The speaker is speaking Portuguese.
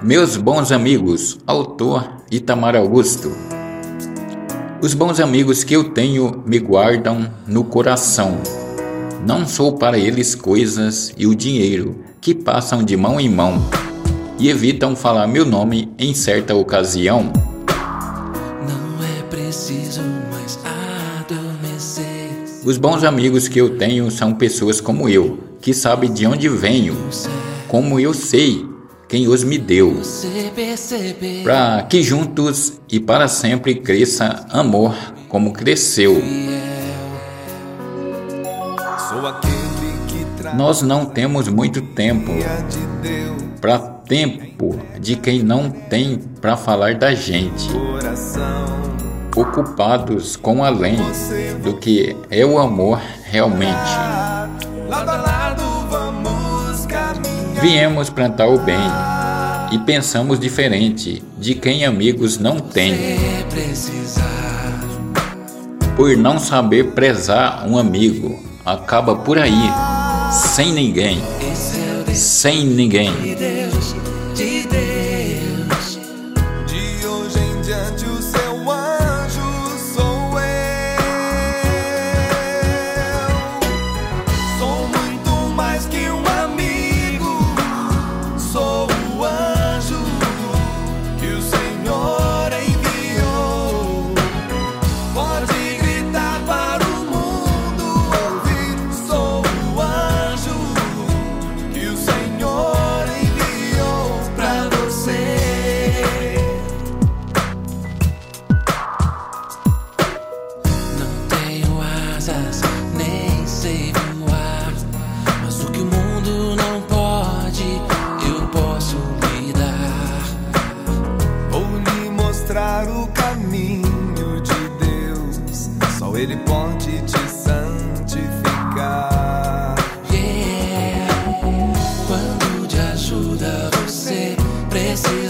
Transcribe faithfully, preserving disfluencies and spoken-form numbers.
Meus bons amigos, autor Itamar Augusto. Os bons amigos que eu tenho me guardam no coração. Não sou para eles coisas e o dinheiro que passam de mão em mão e evitam falar meu nome em certa ocasião. Não é preciso mais adormecer. Os bons amigos que eu tenho são pessoas como eu, que sabem de onde venho, como eu sei quem os me deu, para que juntos e para sempre cresça amor como cresceu. Nós não temos muito tempo para tempo de quem não tem para falar da gente, ocupados com além do que é o amor realmente. Viemos plantar o bem e pensamos diferente de quem amigos não tem. Por não saber prezar um amigo, acaba por aí, sem ninguém, sem ninguém. De hoje em diante o seu anjo sou eu. Sou muito mais que um amigo. Sou o anjo que o Senhor enviou. Pode gritar para o mundo ouvir. Sou o anjo que o Senhor enviou para você. Não tenho asas, nem sei voar, mas o que o mundo não pode, eu posso lhe dar. Vou lhe mostrar o caminho de Deus, só Ele pode te santificar. Yeah. Quando de ajuda você precisa,